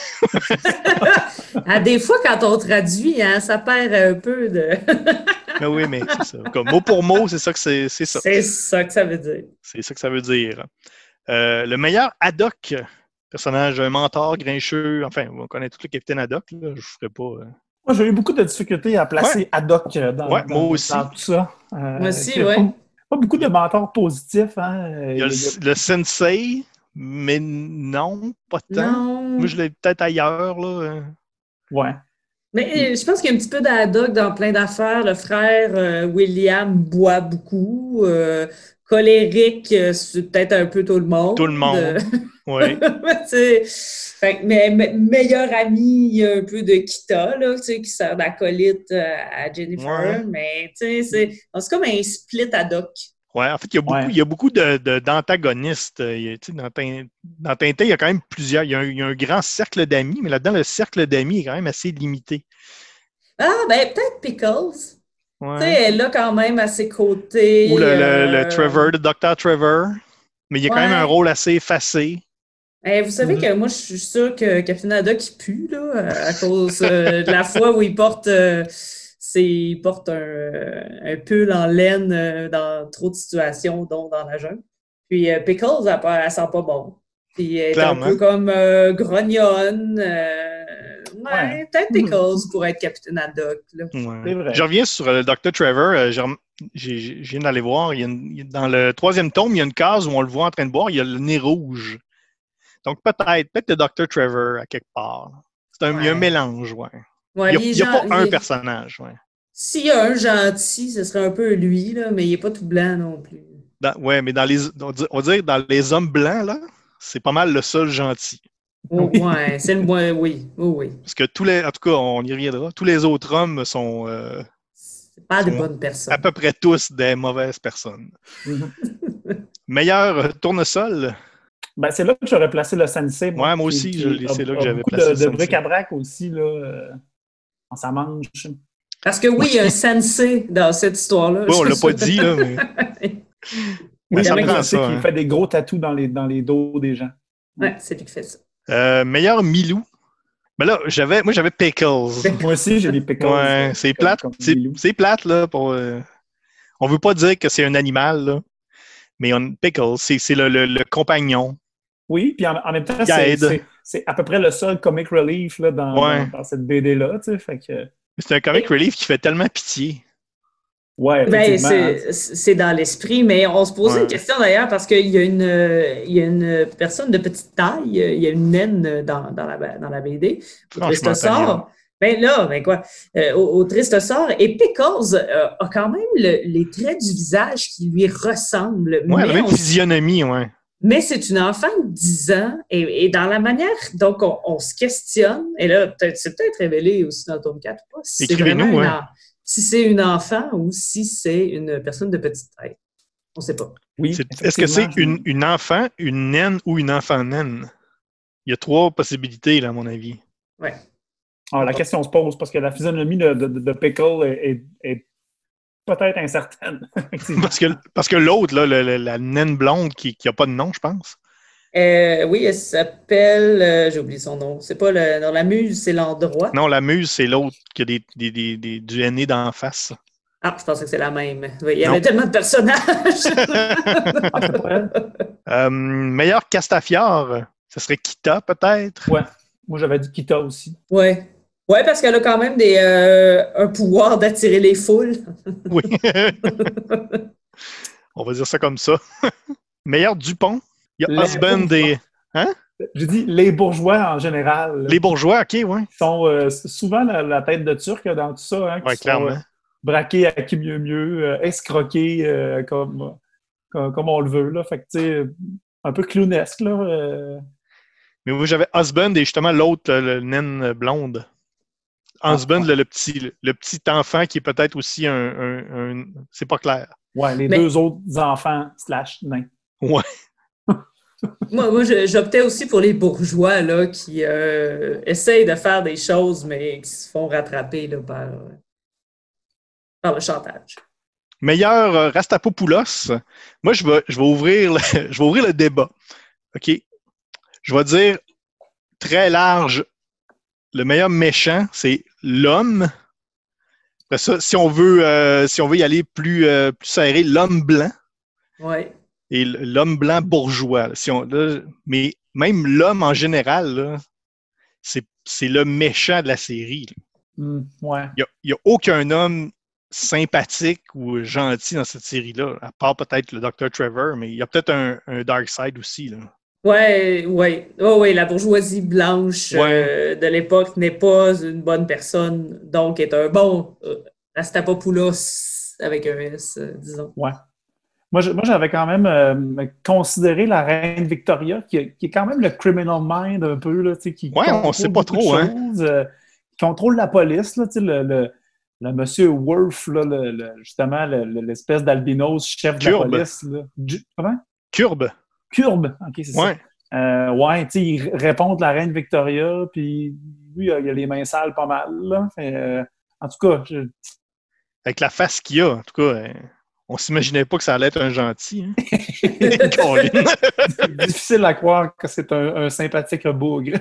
Des fois, quand on traduit, ça perd un peu de... Mais oui, mais c'est ça. Comme mot pour mot, c'est ça que c'est ça. C'est ça que ça veut dire. C'est ça que ça veut dire. Le meilleur Haddock, personnage mentor, grincheux, enfin, on connaît tout le capitaine Haddock, là, je ne ferai pas... Moi, j'ai eu beaucoup de difficultés à placer Haddock dans tout ça. Moi aussi, oui. Pas beaucoup de mentors positifs. Hein. Il y a le sensei, Mais non, pas tant. Non. Moi, je l'ai peut-être ailleurs, là. Ouais. Mais je pense qu'il y a un petit peu d'Haddock dans plein d'affaires. Le frère William boit beaucoup. Colérique, c'est peut-être un peu tout le monde. Tout le monde. Oui. Meilleur ami un peu de Kita, là, qui sert d'acolyte à Jennifer. Ouais. Mais c'est comme un split Haddock. Ouais, en fait, il y a beaucoup d'antagonistes. Dans Tintin, il y a quand même plusieurs. Il y a un grand cercle d'amis, mais là-dedans, le cercle d'amis est quand même assez limité. Ah, ben peut-être Pickles. Ouais. Tu sais, elle est là quand même à ses côtés. Ou le Trevor, le Dr. Trevor. Mais il y a quand même un rôle assez effacé. Vous savez que moi, je suis sûre que Captain Haddock il pue, là, à cause de la fois où il porte un pull en laine dans trop de situations, dont dans la jungle. Puis Pickles, elle sent pas bon. Puis elle est un peu comme grognonne. Peut-être Pickles pour être Captain Haddock. Là. Ouais. Je reviens sur le Dr. Trevor. Je viens d'aller voir. Dans le 3e tome, il y a une case où on le voit en train de boire. Il y a le nez rouge. Donc peut-être le Dr. Trevor à quelque part. Il y a un mélange, ouais. Il n'y a pas un personnage, ouais. S'il y a un gentil, ce serait un peu lui, là, mais il n'est pas tout blanc non plus. Ouais, mais on va dire dans les hommes blancs, là, c'est pas mal le seul gentil. Ouais, c'est le moins, oui. Parce que en tout cas, on y reviendra, tous les autres hommes sont... c'est pas des bonnes personnes. À peu près tous des mauvaises personnes. Meilleur tournesol? Ben, c'est là que j'aurais placé le sensei. Ouais, moi aussi, c'est là que j'avais placé le sensei. De bric-à-brac aussi, là, dans sa manche. Parce que oui, il y a un sensei dans cette histoire-là. Oui, on l'a pas dit, là, mais... Oui, ça prend ça. Qui fait des gros tatous dans les dos des gens. Ouais, c'est lui qui fait ça. Meilleur Milou? Ben là, moi, j'avais Pickles. Moi aussi, j'ai des Pickles. Ouais, c'est plate. C'est plate, là, pour... On veut pas dire que c'est un animal, là. Mais Pickles, c'est le compagnon. Oui, puis en même temps, c'est à peu près le seul comic relief là, dans cette BD-là. Tu sais, fait que... C'est un comic relief qui fait tellement pitié. Ouais, c'est dans l'esprit, mais on se posait une question d'ailleurs parce qu'il y a une personne de petite taille, il y a une naine dans la BD, au triste sort. Au triste sort, et Pickles a quand même les traits du visage qui lui ressemblent. Ouais, la même physionomie, ouais. Mais c'est une enfant de 10 ans et dans la manière dont on se questionne, et là, c'est peut-être révélé aussi dans le tome 4 ou pas, si c'est une enfant ou si c'est une personne de petite taille. On ne sait pas. Oui, est-ce que c'est une enfant, une naine ou une enfant naine? Il y a 3 possibilités, là, à mon avis. Oui. Alors, la question se pose parce que la physionomie de Pickle est peut-être incertaine. parce que l'autre, là, la naine blonde qui n'a pas de nom, je pense. Oui, elle s'appelle... j'ai oublié son nom. C'est pas dans la muse, c'est l'endroit. Non, la muse, c'est l'autre qui a du henné d'en face. Ah, je pensais que c'est la même. Oui, il y avait tellement de personnages. Meilleur Castafiore, ce serait Kita, peut-être? Ouais, moi j'avais dit Kita aussi. Ouais. Oui, parce qu'elle a quand même un pouvoir d'attirer les foules. Oui. On va dire ça comme ça. Meilleur Dupont. Il y a Husband des... Hein? Je dis les bourgeois en général. Les bourgeois, OK, oui. Ils sont souvent la tête de Turc dans tout ça. Hein, oui, clairement. Braqués à qui mieux, escroqués comme on le veut. Là. Fait que, tu sais, un peu clownesque, là. Mais moi, j'avais Husband et justement l'autre, le naine blonde. Husband, le petit enfant qui est peut-être aussi un... C'est pas clair. Ouais, les deux autres enfants / nains. Ouais. Moi j'optais aussi pour les bourgeois là, qui essayent de faire des choses, mais qui se font rattraper là, par le chantage. Meilleur Rastapopoulos. Moi, je vais ouvrir le débat. OK? Je vais dire très large. Le meilleur méchant, c'est l'homme. Après ça, si on veut y aller plus serré, l'homme blanc. Oui. Et l'homme blanc bourgeois. Mais même l'homme en général, là, c'est le méchant de la série. Ouais. Il n'y a aucun homme sympathique ou gentil dans cette série-là, à part peut-être le Dr. Trevor, mais il y a peut-être un dark side aussi. Là. Ouais, la bourgeoisie blanche Ouais. de l'époque n'est pas une bonne personne, donc est un bon Rastapopoulos avec un S, disons. Ouais. Moi, j'avais quand même considéré la reine Victoria, qui est quand même le criminal mind un peu, là, tu sais, qui Ouais, on sait contrôle pas beaucoup de trop, hein. choses, qui contrôle la police, là, tu sais, le monsieur Worf, là, justement, l'espèce d'albinos chef de la Curbe. police. Là. Comment? Curbe. Curbe, ok, c'est ça. Ouais. Ouais, tu sais, il répond de la reine Victoria, puis lui, il a les mains sales pas mal, là. En tout cas, Avec la face qu'il a, en tout cas, on s'imaginait pas que ça allait être un gentil. Hein? Colin. c'est difficile à croire que c'est un sympathique bougre.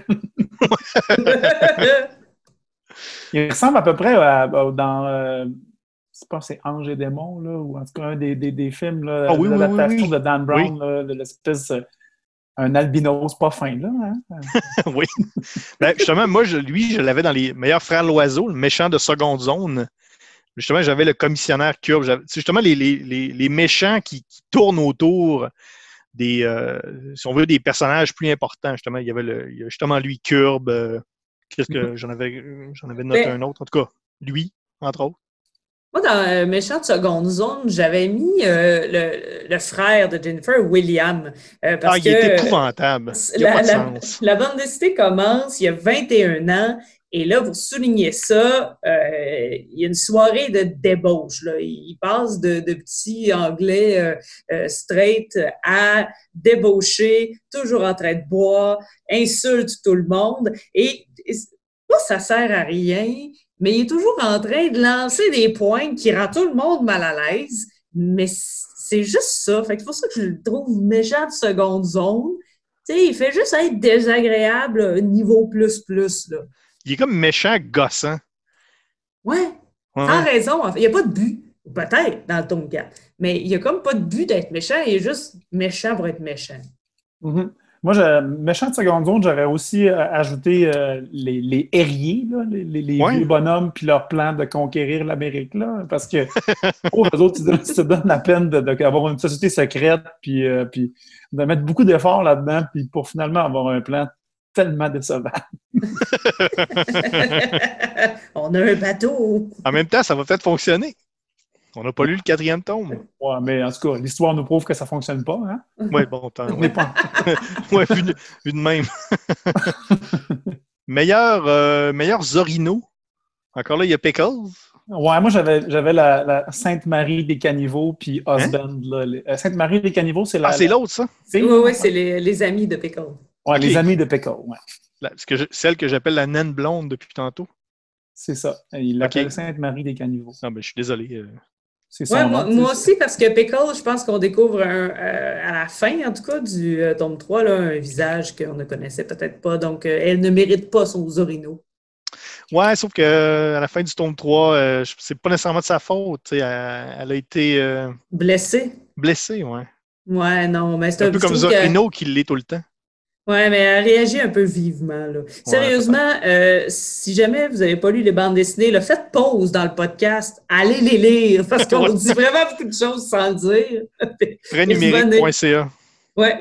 Il ressemble à peu près dans, je sais pas, c'est Ange et Démon, là, ou en tout cas un des films, là, Ah oui, oui, oui, l'adaptation oui. de Dan Oui. Brown, là, de l'espèce, un albinos pas fin, là. Hein? Oui. Ben, justement, moi, je l'avais dans les meilleurs frères Loiseau, le méchant de seconde zone. Justement, j'avais le commissionnaire Curbe. C'est justement les méchants qui tournent autour des, si on veut, des personnages plus importants. Justement, il y a justement lui, Curbe. Qu'est-ce que j'en avais noté Mais un autre, en tout cas, lui, entre autres. moi, dans Méchant de seconde zone, j'avais mis le frère de Jennifer, William, Ah, parce il est que épouvantable. Il n'y a la, pas de la, sens. la bande dessinée commence il y a 21 ans, et là, pour souligner ça, il y a une soirée de débauche. Là. Il passe de petits anglais straight à débaucher, toujours en train de boire, insulte tout le monde, et ça sert à rien, mais il est toujours en train de lancer des points qui rendent tout le monde mal à l'aise. Mais c'est juste ça. Fait que c'est pour ça que je le trouve méchant de seconde zone. Tu sais, il fait juste être désagréable niveau plus, là. Il est comme méchant gossant. Ouais, sans Ouais. raison. En fait. Il n'y a pas de but. Peut-être dans le tome 4. Mais il n'y a comme pas de but d'être méchant. Il est juste méchant pour être méchant. Mm-hmm. Moi, méchant de seconde zone, j'aurais aussi ajouté les Herriers, là, les vieux bonhommes, puis leur plan de conquérir l'Amérique, là, parce que pour eux autres, ils se donnent la peine d'avoir une société secrète, puis de mettre beaucoup d'efforts là-dedans, puis pour finalement avoir un plan tellement décevant. On a un bateau. En même temps, ça va peut-être fonctionner. On n'a pas lu le 4e tome. Ouais, mais en tout cas, l'histoire nous prouve que ça ne fonctionne pas. Hein? Oui, bon temps. On n'est pas... ouais, vu de même. meilleur Zorino. Encore là, il y a Pickles. Ouais, moi, j'avais la Sainte-Marie des Caniveaux puis Husband. Hein? Sainte-Marie des Caniveaux, c'est c'est l'autre, ça? Oui, c'est les amis de Pickle. Ouais, okay. Les amis de Pickle, ouais. Celle que j'appelle la naine blonde depuis tantôt. C'est ça. Il l'appelle Sainte-Marie des Caniveaux. Non, ben, je suis désolé. C'est son nom. Moi aussi, parce que Pickle, je pense qu'on découvre à la fin, en tout cas, du tome 3, là, un visage qu'on ne connaissait peut-être pas. Donc, elle ne mérite pas son Zorino. Ouais, sauf qu'à la fin du tome 3, c'est pas nécessairement de sa faute. Elle a été... Blessée? Blessée, ouais. Ouais, non, mais c'est un peu comme Zorino qui l'est tout le temps. Ouais, mais elle réagit un peu vivement. Là. Sérieusement, si jamais vous n'avez pas lu les bandes dessinées, là, faites pause dans le podcast, allez les lire, parce qu'on dit vraiment beaucoup de choses sans le dire. Prénumérique.ca. Ouais.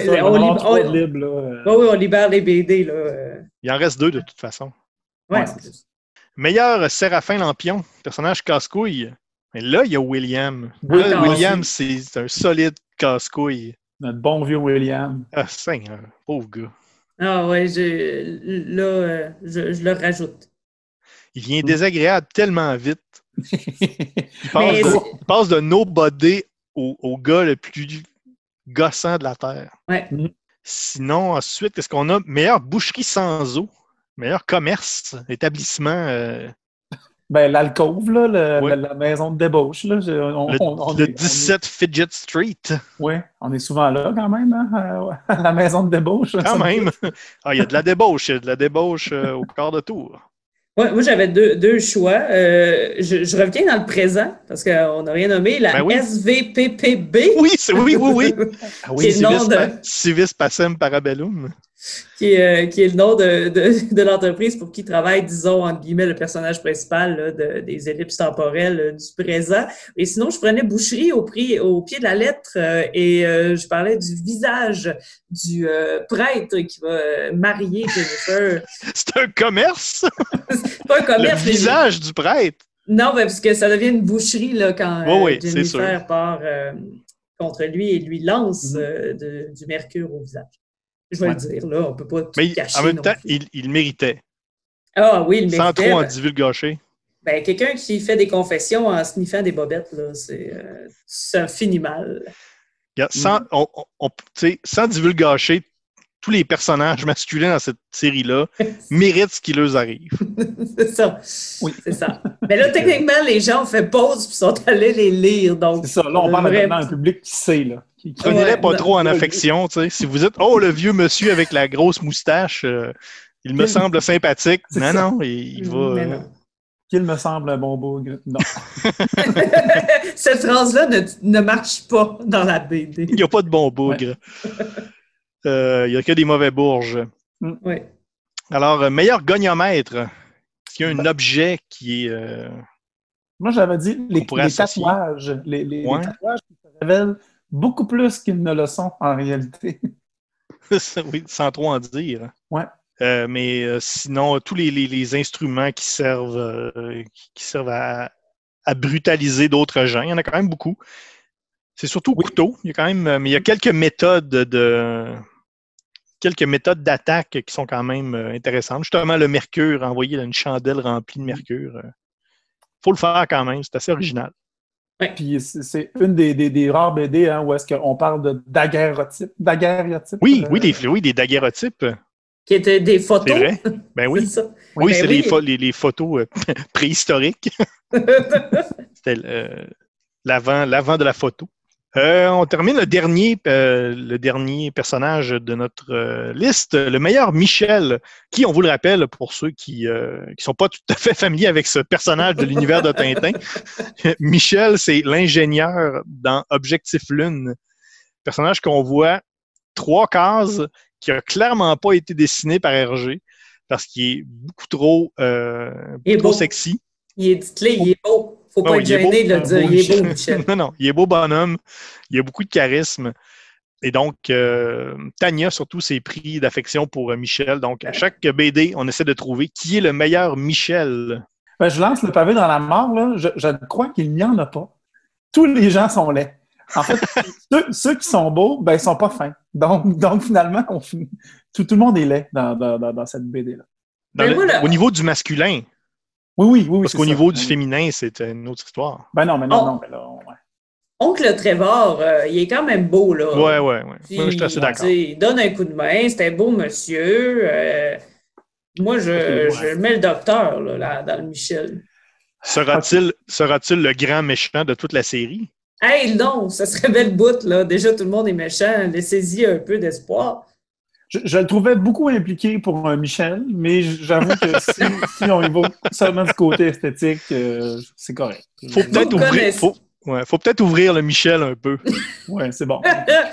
On libère les BD. Là. Il en reste 2 de toute façon. Ouais. Meilleur Séraphin Lampion, personnage casse-couille. Mais là, il y a William. William, c'est un solide casse-couille. Notre bon vieux William. Ah, Seigneur, pauvre gars. Ah ouais, je le rajoute. Il vient désagréable tellement vite. Il passe de nobody au gars le plus gossant de la Terre. Ouais. Sinon, ensuite, qu'est-ce qu'on a? Meilleure boucherie sans eau. Meilleur commerce, établissement. Ben, l'alcôve, là, la maison de débauche. Là, le 17 Fidget Street. Oui, on est souvent là quand même, hein, à la maison de débauche. Quand même. Il y a de la débauche. Il y a de la débauche au quart de tour. Ouais, moi, j'avais deux choix. Je reviens dans le présent, parce qu'on n'a rien nommé. La SVPPB. Oui. Ah oui, Civis Pacem Parabellum. qui est le nom de l'entreprise pour qui travaille, disons, entre guillemets, le personnage principal là, des ellipses temporelles du présent. Et sinon, je prenais Boucherie au pied de la lettre et je parlais du visage du prêtre qui va marier Jennifer. C'est un commerce? C'est pas un commerce. Le visage du prêtre? Non, parce que ça devient une boucherie là, quand oui, Jennifer part contre lui et lui lance du mercure au visage. Je vais le dire, là, on peut pas tout cacher. En même temps, il méritait. Ah oui, il méritait. Sans trop en divulgacher. Ben, quelqu'un qui fait des confessions en sniffant des bobettes, là, ça finit mal. Sans divulgacher, tous les personnages masculins dans cette série-là méritent ce qui leur arrive. C'est ça. Oui. C'est ça. Mais là, techniquement, les gens ont fait pause et sont allés les lire. Donc, c'est ça. Là, on parle maintenant d'un public qui sait. Là. Prenez-les pas trop en affection. Si vous êtes « Oh, le vieux monsieur avec la grosse moustache, il me semble sympathique. » Non, il va... Qu'il me semble un bon bougre. Non. Cette phrase-là ne marche pas dans la BD. Il n'y a pas de bon bougre. Il n'y a que des mauvais bourges. Oui. Alors, meilleur goniomètre. Est-ce qu'il y a un objet qui est... Moi, j'avais dit les tatouages. Les tatouages qui se révèlent beaucoup plus qu'ils ne le sont en réalité. Oui, sans trop en dire. Ouais. Mais sinon, tous les instruments qui servent à brutaliser d'autres gens, il y en a quand même beaucoup. C'est surtout couteau. Il y a quand même, mais il y a quelques méthodes d'attaque qui sont quand même intéressantes. Justement, le mercure, envoyer une chandelle remplie de mercure. Faut le faire quand même, c'est assez original. Ouais. Puis c'est une des rares BD où est-ce qu'on parle de daguerreotypes. Oui, des daguerreotypes. Qui étaient des photos. C'est vrai? Ben oui. C'est ça. Oui, ben c'est les photos préhistoriques. C'était l'avant de la photo. On termine le dernier personnage de notre liste, le meilleur Michel, qui, on vous le rappelle, pour ceux qui sont pas tout à fait familiers avec ce personnage de l'univers de Tintin, Michel, c'est l'ingénieur dans Objectif Lune, personnage qu'on voit 3 cases, qui a clairement pas été dessiné par Hergé, parce qu'il est beaucoup trop sexy. Il est beau. Faut pas être gêné de le dire. Il est beau, Michel. Non, il est beau bonhomme. Il a beaucoup de charisme. Et donc, Tania, surtout, s'est pris d'affection pour Michel. Donc, à chaque BD, on essaie de trouver qui est le meilleur Michel. Ben, je lance le pavé dans la mort. Là. Je crois qu'il n'y en a pas. Tous les gens sont laids. En fait, ceux qui sont beaux, ben, ils sont pas fins. Donc finalement, tout le monde est laid dans cette BD-là. Au niveau du masculin. Oui. Parce qu'au niveau du féminin, c'est une autre histoire. Ben non, mais non. Mais là, ouais. Oncle Trevor, il est quand même beau, là. Ouais. Puis, moi, je suis assez d'accord. Il donne un coup de main, c'est un beau monsieur. Moi, je mets le docteur là, dans le Michel. Sera-t-il le grand méchant de toute la série? Hey, non, ça serait belle bout, là. Déjà, tout le monde est méchant. Laissez-y un peu d'espoir. Je le trouvais beaucoup impliqué pour un Michel, mais j'avoue que si on y va seulement du côté esthétique, c'est correct. Faut peut-être ouvrir le Michel un peu. Oui, c'est bon.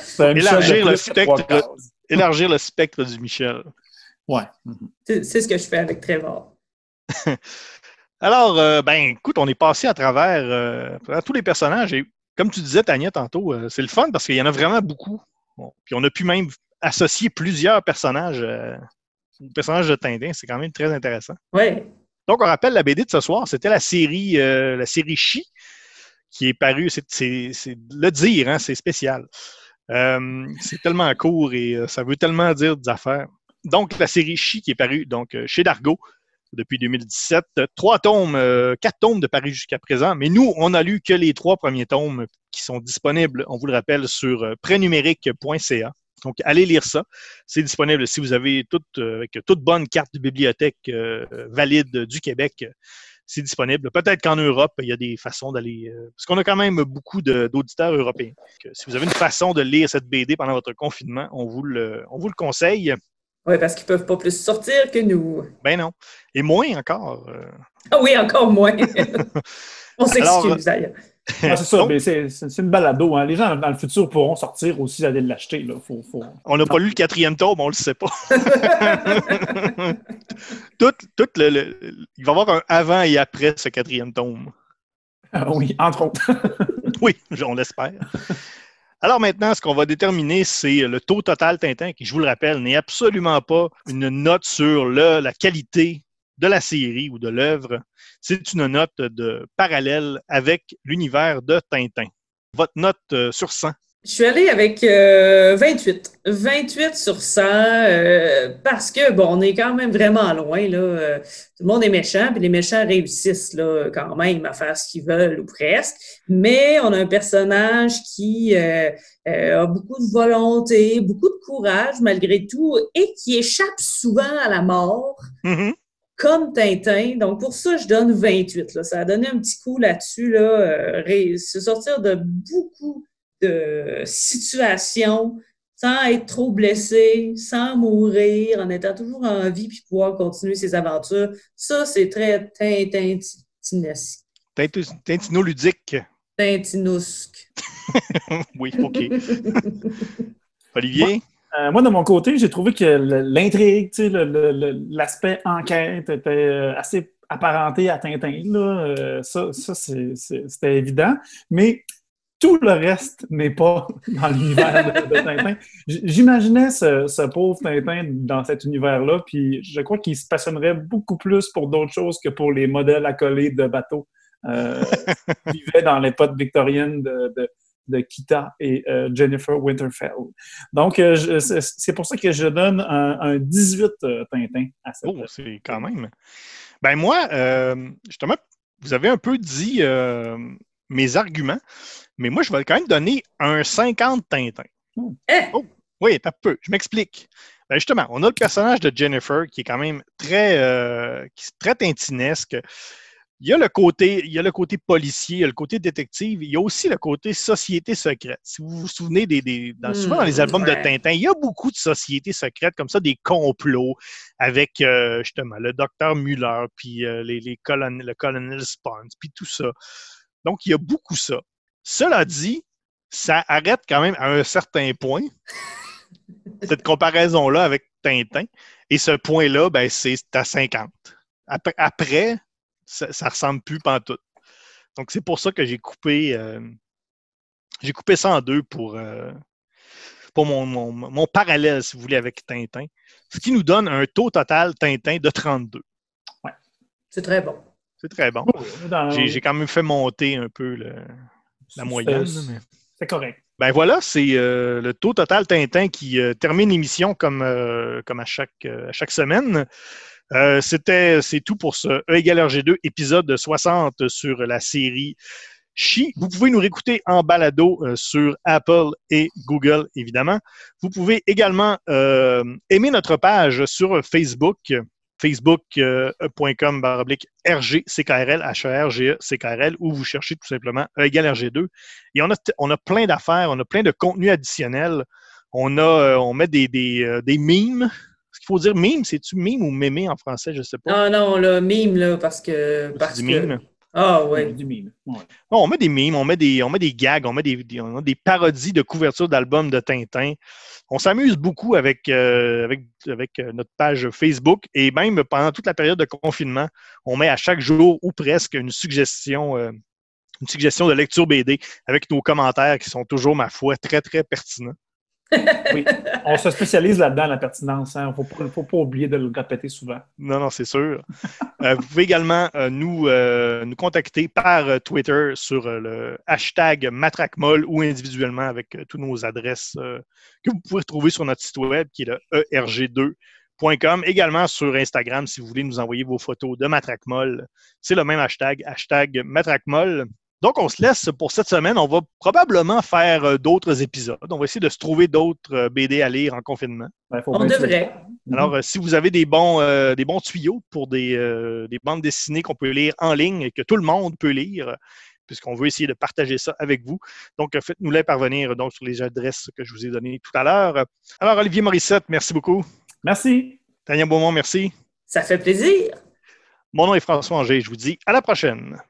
Élargir le spectre du Michel. Oui. C'est ce que je fais avec Trevor. Alors, écoute, on est passé à travers tous les personnages. Et comme tu disais, Tania, tantôt, c'est le fun parce qu'il y en a vraiment beaucoup. Bon, puis on a pu même associer plusieurs personnages aux personnages de Tintin. C'est quand même très intéressant. Oui. Donc, on rappelle la BD de ce soir. C'était la série Chi qui est parue. C'est le dire, hein, c'est spécial. C'est tellement court et ça veut tellement dire des affaires. Donc, la série Chi qui est parue chez Dargaud depuis 2017. 4 tomes de paru jusqu'à présent. Mais nous, on n'a lu que les 3 premiers tomes qui sont disponibles, on vous le rappelle, sur prénumérique.ca. Donc, allez lire ça. C'est disponible si vous avez avec toute bonne carte de bibliothèque valide du Québec. C'est disponible. Peut-être qu'en Europe, il y a des façons d'aller... parce qu'on a quand même beaucoup d'auditeurs européens. Donc, si vous avez une façon de lire cette BD pendant votre confinement, on vous le conseille. Oui, parce qu'ils ne peuvent pas plus sortir que nous. Ben non. Et moins encore. Ah oui, encore moins. On s'excuse d'ailleurs. Ah, c'est ça, Donc, mais c'est une balado. Hein. Les gens dans le futur pourront sortir aussi d'aller l'acheter. Là. on n'a pas lu le 4e tome, on le sait pas. Il va y avoir un avant et après ce 4e tome. Oui, entre autres. Oui, on l'espère. Alors maintenant, ce qu'on va déterminer, c'est le taux total Tintin, qui, je vous le rappelle, n'est absolument pas une note sur la qualité de la série ou de l'œuvre. C'est une note de parallèle avec l'univers de Tintin. Votre note sur 100? Je suis allée avec 28. 28 sur 100 parce que, bon, on est quand même vraiment loin, là. Tout le monde est méchant, puis les méchants réussissent, là, quand même à faire ce qu'ils veulent ou presque. Mais on a un personnage qui a beaucoup de volonté, beaucoup de courage malgré tout et qui échappe souvent à la mort. Mm-hmm. Comme Tintin. Donc, pour ça, je donne 28. Là. Ça a donné un petit coup là-dessus, là, se sortir de beaucoup de situations sans être trop blessé, sans mourir, en étant toujours en vie puis pouvoir continuer ses aventures. Ça, c'est très tintinesque. Tintinoludique. Tintinosque. Oui, OK. Olivier? Moi, de mon côté, j'ai trouvé que l'intrigue, l'aspect enquête était assez apparenté à Tintin. Là. Ça c'était évident. Mais tout le reste n'est pas dans l'univers de Tintin. J'imaginais ce pauvre Tintin dans cet univers-là, puis je crois qu'il se passionnerait beaucoup plus pour d'autres choses que pour les modèles accolés de bateaux. Il vivait dans l'époque victorienne de Kita et Jennifer Winterfell. Donc, c'est pour ça que je donne un 18 Tintin à cette. Oh, c'est quand même. Ben moi, justement, vous avez un peu dit mes arguments, mais moi, je vais quand même donner un 50 Tintin. Oh, oui, t'as peu. Je m'explique. Ben justement, on a le personnage de Jennifer qui est quand même très tintinesque. Il y a le côté policier, il y a le côté détective, il y a aussi le côté société secrète. Si vous vous souvenez, souvent dans les albums de Tintin, il y a beaucoup de sociétés secrètes, comme ça, des complots avec justement le docteur Muller, puis le colonel Spons, puis tout ça. Donc, il y a beaucoup ça. Cela dit, ça arrête quand même à un certain point, cette comparaison-là avec Tintin, et ce point-là, ben, c'est à 50. Après ça ressemble plus pantoute. Donc, c'est pour ça que j'ai coupé ça en deux pour mon parallèle, si vous voulez, avec Tintin. Ce qui nous donne un taux total Tintin de 32. Ouais. C'est très bon. C'est très bon. J'ai quand même fait monter un peu la moyenne. C'est correct. Ben voilà, c'est le taux total Tintin qui termine l'émission comme à chaque semaine. C'est tout pour ce E égale RG2, épisode 60 sur la série Chi. Vous pouvez nous réécouter en balado sur Apple et Google, évidemment. Vous pouvez également aimer notre page sur Facebook, facebook.com/RGCKRL, HERGECKRL, où vous cherchez tout simplement E égale RG2. Et on a plein d'affaires, on a plein de contenus additionnels. On met des mimes. Est-ce qu'il faut dire mime? C'est-tu mime ou mémé en français? Je ne sais pas. Ah non, le mime, là, parce que... Mime? Ah ouais. Du mime. Ouais. On met des mimes, on met des gags, on a des parodies de couvertures d'albums de Tintin. On s'amuse beaucoup avec notre page Facebook et même pendant toute la période de confinement, on met à chaque jour ou presque une suggestion de lecture BD avec nos commentaires qui sont toujours, ma foi, très, très pertinents. Oui, on se spécialise là-dedans, la pertinence. Il ne faut pas oublier de le répéter souvent. Non, c'est sûr. Vous pouvez également nous contacter par Twitter sur le hashtag MatraqueMolle ou individuellement avec toutes nos adresses que vous pouvez retrouver sur notre site web qui est le erg2.com. Également sur Instagram, si vous voulez nous envoyer vos photos de MatraqueMolle, c'est le même hashtag MatraqueMolle. Donc, on se laisse pour cette semaine. On va probablement faire d'autres épisodes. On va essayer de se trouver d'autres BD à lire en confinement. On devrait. Alors, si vous avez des bons tuyaux pour des bandes dessinées qu'on peut lire en ligne et que tout le monde peut lire, puisqu'on veut essayer de partager ça avec vous. Donc, faites-nous-les parvenir donc, sur les adresses que je vous ai données tout à l'heure. Alors, Olivier Morissette, merci beaucoup. Merci. Tania Beaumont, merci. Ça fait plaisir. Mon nom est François Angers. Je vous dis à la prochaine.